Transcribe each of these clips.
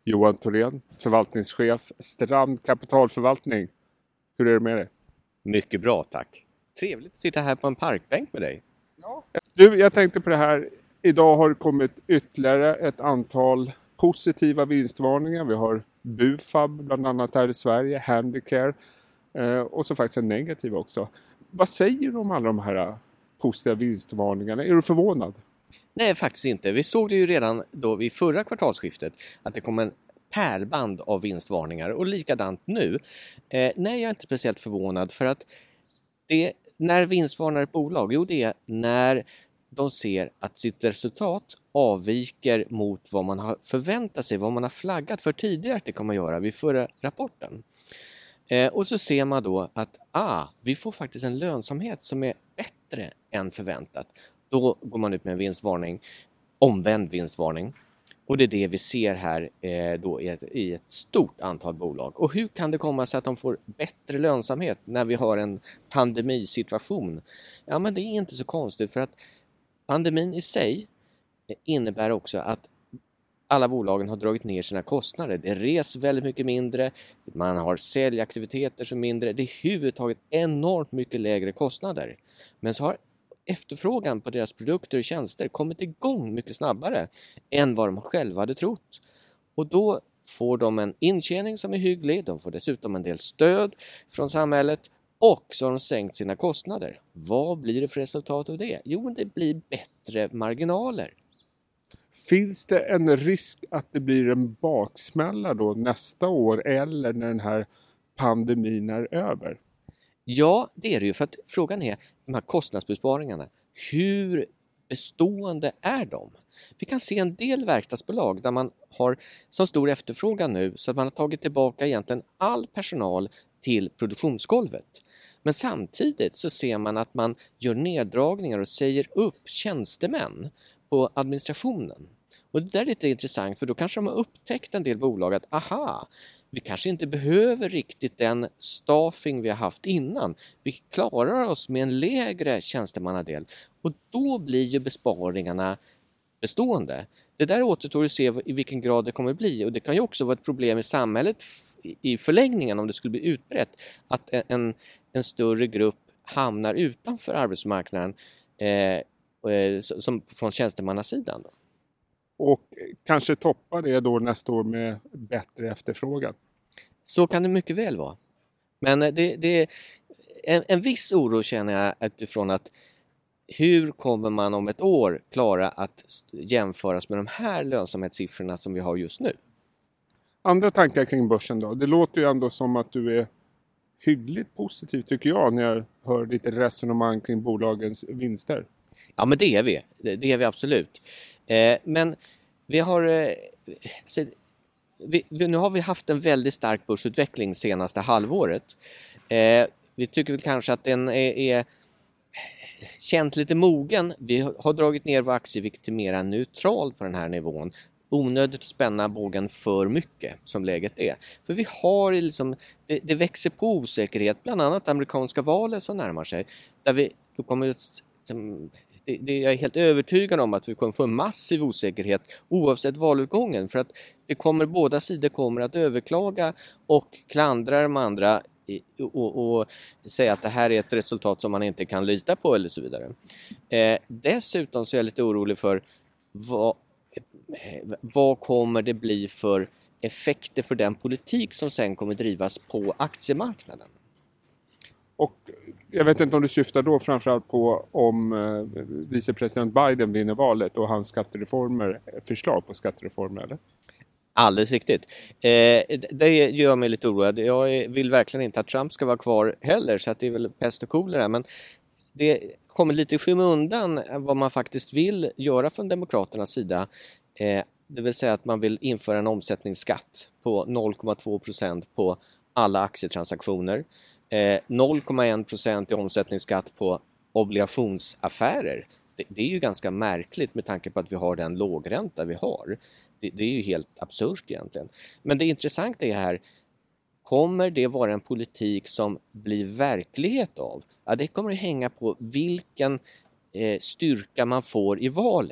Johan Thorén, förvaltningschef, Strand Kapitalförvaltning. Hur är det med dig? Mycket bra, tack. Trevligt att sitta här på en parkbänk med dig. Ja. Du, jag tänkte på det här. Idag har det kommit ytterligare ett antal positiva vinstvarningar. Vi har Bufab bland annat här i Sverige, Handicare och så faktiskt en negativ också. Vad säger du om alla de här positiva vinstvarningarna? Är du förvånad? Nej, faktiskt inte. Vi såg det ju redan då vid förra kvartalsskiftet att det kom en pärlband av vinstvarningar och likadant nu. Nej, jag är inte speciellt förvånad för att när vinstvarnar ett bolag, jo det är när de ser att sitt resultat avviker mot vad man har förväntat sig, vad man har flaggat för tidigare att det kommer att göra vid förra rapporten. Och så ser man då att vi får faktiskt en lönsamhet som är bättre än förväntat. Då går man ut med en vinstvarning, omvänd vinstvarning. Och det är det vi ser här då i ett stort antal bolag. Och hur kan det komma sig att de får bättre lönsamhet när vi har en pandemisituation? Ja, men det är inte så konstigt för att pandemin i sig innebär också att alla bolagen har dragit ner sina kostnader. Det res väldigt mycket mindre, man har säljaktiviteter som mindre. Det är huvudtaget enormt mycket lägre kostnader. Men så har efterfrågan på deras produkter och tjänster kommit igång mycket snabbare än vad de själva hade trott. Och då får de en intjäning som är hygglig, de får dessutom en del stöd från samhället och så har de sänkt sina kostnader. Vad blir det för resultat av det? Jo, det blir bättre marginaler. Finns det en risk att det blir en baksmälla då nästa år eller när den här pandemin är över? Ja, det är det ju för att frågan är de här kostnadsbesparingarna. Hur bestående är de? Vi kan se en del verkstadsbolag där man har så stor efterfrågan nu så att man har tagit tillbaka egentligen all personal till produktionsgolvet. Men samtidigt så ser man att man gör neddragningar och säger upp tjänstemän på administrationen. Och det där är lite intressant för då kanske de har upptäckt en del bolag att vi kanske inte behöver riktigt den staffing vi har haft innan. Vi klarar oss med en lägre tjänstemannadel och då blir ju besparingarna bestående. Det där återstår att se i vilken grad det kommer att bli och det kan ju också vara ett problem i samhället i förlängningen om det skulle bli utbrett att en större grupp hamnar utanför arbetsmarknaden som från tjänstemannasidan då. Och kanske toppar det då nästa år med bättre efterfrågan. Så kan det mycket väl vara. Men det är en viss oro känner jag utifrån att hur kommer man om ett år klara att jämföras med de här lönsamhetssiffrorna som vi har just nu? Andra tankar kring börsen då? Det låter ju ändå som att du är hyggligt positiv tycker jag när jag hör lite resonemang kring bolagens vinster. Ja, men det är vi. Det är vi absolut. Men vi har nu har vi haft en väldigt stark börsutveckling senaste halvåret. Vi tycker väl kanske att den känns lite mogen. Vi har dragit ner vår aktievikt till mera neutral på den här nivån. Onödigt att spänna bågen för mycket som läget är. För vi har liksom, det växer på osäkerhet, bland annat amerikanska valet som närmar sig. Där vi kommer jag är helt övertygad om att vi kommer få en massiv osäkerhet oavsett valutgången. För att båda sidor kommer att överklaga och klandra de andra och säga att det här är ett resultat som man inte kan lita på eller så vidare. Dessutom så är jag lite orolig för vad kommer det bli för effekter för den politik som sen kommer drivas på aktiemarknaden. Och jag vet inte om du syftar då framförallt på om vicepresident Biden vinner valet och hans förslag på skattereformer, eller? Alldeles riktigt. Det gör mig lite oroad. Jag vill verkligen inte att Trump ska vara kvar heller så att det är väl pest och kolera. Men det kommer lite i skymundan vad man faktiskt vill göra från Demokraternas sida. Det vill säga att man vill införa en omsättningsskatt på 0,2% på alla aktietransaktioner. 0,1% i omsättningsskatt på obligationsaffärer. Det är ju ganska märkligt med tanke på att vi har den lågränta vi har. Det är ju helt absurt egentligen. Men det intressanta är här, kommer det vara en politik som blir verklighet av? Ja, det kommer att hänga på vilken styrka man får i valet.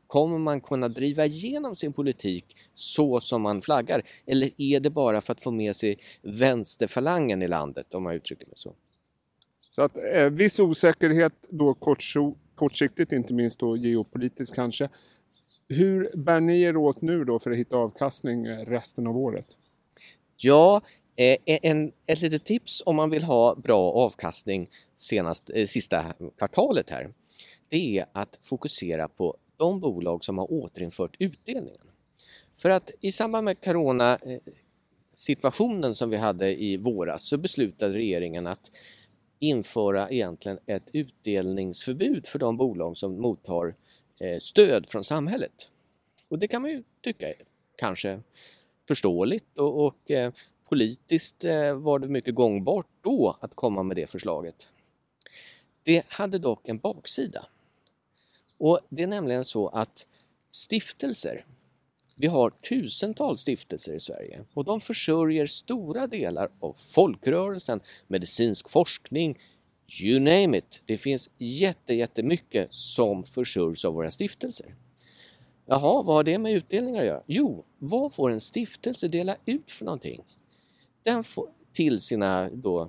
Kommer man kunna driva igenom sin politik så som man flaggar? Eller är det bara för att få med sig vänsterfalangen i landet, om man uttrycker det så? Så att viss osäkerhet då kortsiktigt, inte minst då geopolitiskt kanske. Hur bär ni er åt nu då för att hitta avkastning resten av året? Ja, ett litet tips om man vill ha bra avkastning sista kvartalet här, det är att fokusera på de bolag som har återinfört utdelningen. För att i samband med coronasituationen som vi hade i våras så beslutade regeringen att införa egentligen ett utdelningsförbud för de bolag som mottar stöd från samhället. Och det kan man ju tycka är kanske förståeligt och politiskt var det mycket gångbart då att komma med det förslaget. Det hade dock en baksida. Och det är nämligen så att stiftelser, vi har tusentals stiftelser i Sverige och de försörjer stora delar av folkrörelsen, medicinsk forskning, you name it. Det finns jättemycket som försörjs av våra stiftelser. Jaha, vad har det med utdelningar att göra? Jo, vad får en stiftelse dela ut för någonting? Den får till sina då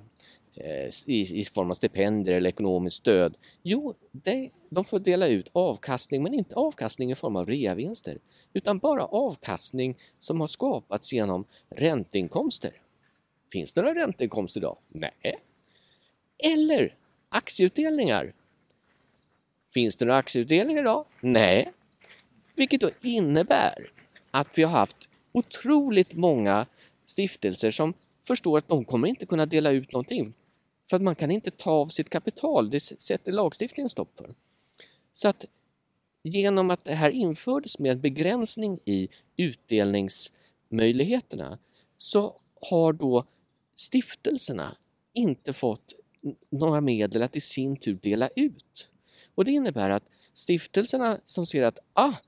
i form av stipendier eller ekonomiskt stöd. Jo, de får dela ut avkastning, men inte avkastning i form av reavinster, utan bara avkastning som har skapats genom ränteinkomster. Finns det några ränteinkomster idag? Nej. Eller aktieutdelningar. Finns det några aktieutdelningar idag? Nej. Vilket då innebär att vi har haft otroligt många stiftelser som förstår att de kommer inte kunna dela ut någonting. För att man kan inte ta av sitt kapital. Det sätter lagstiftningen stopp för. Så att genom att det här infördes med begränsning i utdelningsmöjligheterna så har då stiftelserna inte fått några medel att i sin tur dela ut. Och det innebär att stiftelserna som ser att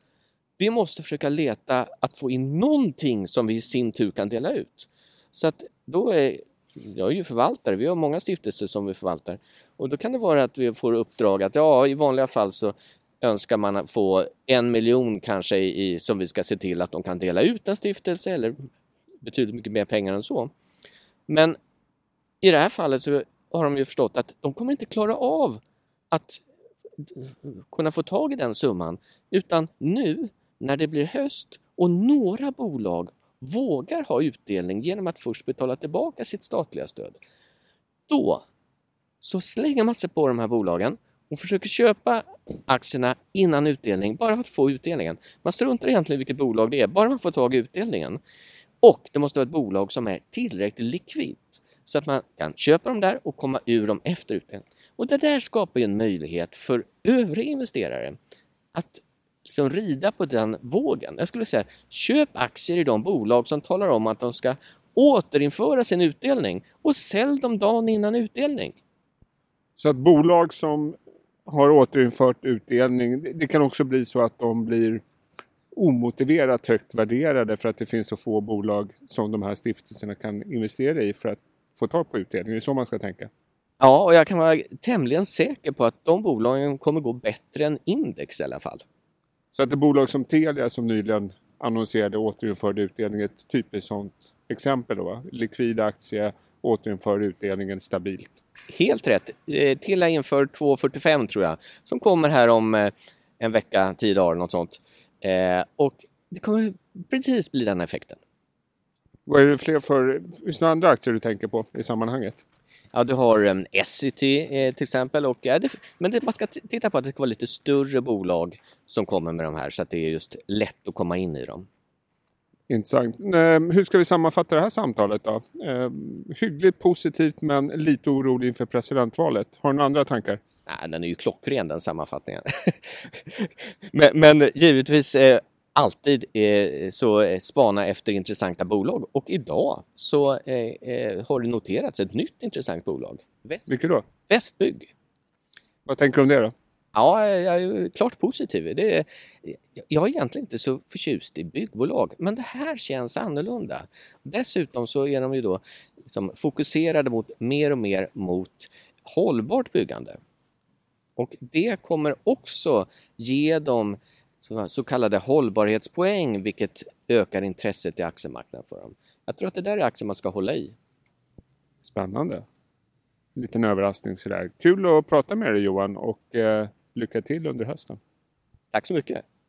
vi måste försöka leta att få in någonting som vi i sin tur kan dela ut. Så att då jag är ju förvaltare, vi har många stiftelser som vi förvaltar. Och då kan det vara att vi får uppdrag att i vanliga fall så önskar man att få 1 miljon kanske som vi ska se till att de kan dela ut en stiftelse eller betydligt mycket mer pengar än så. Men i det här fallet så har de ju förstått att de kommer inte klara av att kunna få tag i den summan, utan nu när det blir höst och några bolag vågar ha utdelning genom att först betala tillbaka sitt statliga stöd, då så slänger man sig på de här bolagen och försöker köpa aktierna innan utdelning, bara för att få utdelningen. Man struntar egentligen vilket bolag det är, bara man får tag i utdelningen. Och det måste vara ett bolag som är tillräckligt likvidt så att man kan köpa dem där och komma ur dem efter utdelningen. Och det där skapar ju en möjlighet för övriga investerare att liksom rida på den vågen. Jag skulle säga, köp aktier i de bolag som talar om att de ska återinföra sin utdelning och sälj dem dagen innan utdelning. Så att bolag som har återinfört utdelning, det kan också bli så att de blir omotiverat högt värderade för att det finns så få bolag som de här stiftelserna kan investera i för att få tag på utdelning. Det är så man ska tänka. Ja, och jag kan vara tämligen säker på att de bolagen kommer gå bättre än index i alla fall. Så att det bolag som Telia som nyligen annonserade återinförde utdelning är ett typiskt sånt exempel då, va? Likvid aktie, återinför utdelningen stabilt. Helt rätt. Telia inför 2,45 tror jag, som kommer här om en vecka, 10 dagar, något sånt. Och det kommer precis bli den effekten. Vad är det fler för några andra aktier du tänker på i sammanhanget? Ja, du har Essity till exempel. Och, men man ska titta på att det ska vara lite större bolag som kommer med de här så att det är just lätt att komma in i dem. Intressant. Hur ska vi sammanfatta det här samtalet då? Hyggligt positivt men lite orolig inför presidentvalet. Har du några andra tankar? Nej, den är ju klockren den sammanfattningen. men givetvis alltid så spana efter intressanta bolag. Och idag så har det noterats ett nytt intressant bolag. Vilket då? Västbygg. Vad tänker du om det då? Ja, jag är klart positiv. Jag är egentligen inte så förtjust i byggbolag, men det här känns annorlunda. Dessutom så är de ju då liksom fokuserade mer och mer mot hållbart byggande. Och det kommer också ge dem så kallade hållbarhetspoäng, vilket ökar intresset i aktiemarknaden för dem. Jag tror att det där är aktier man ska hålla i. Spännande. Liten överraskning sådär. Kul att prata med dig Johan och lycka till under hösten. Tack så mycket.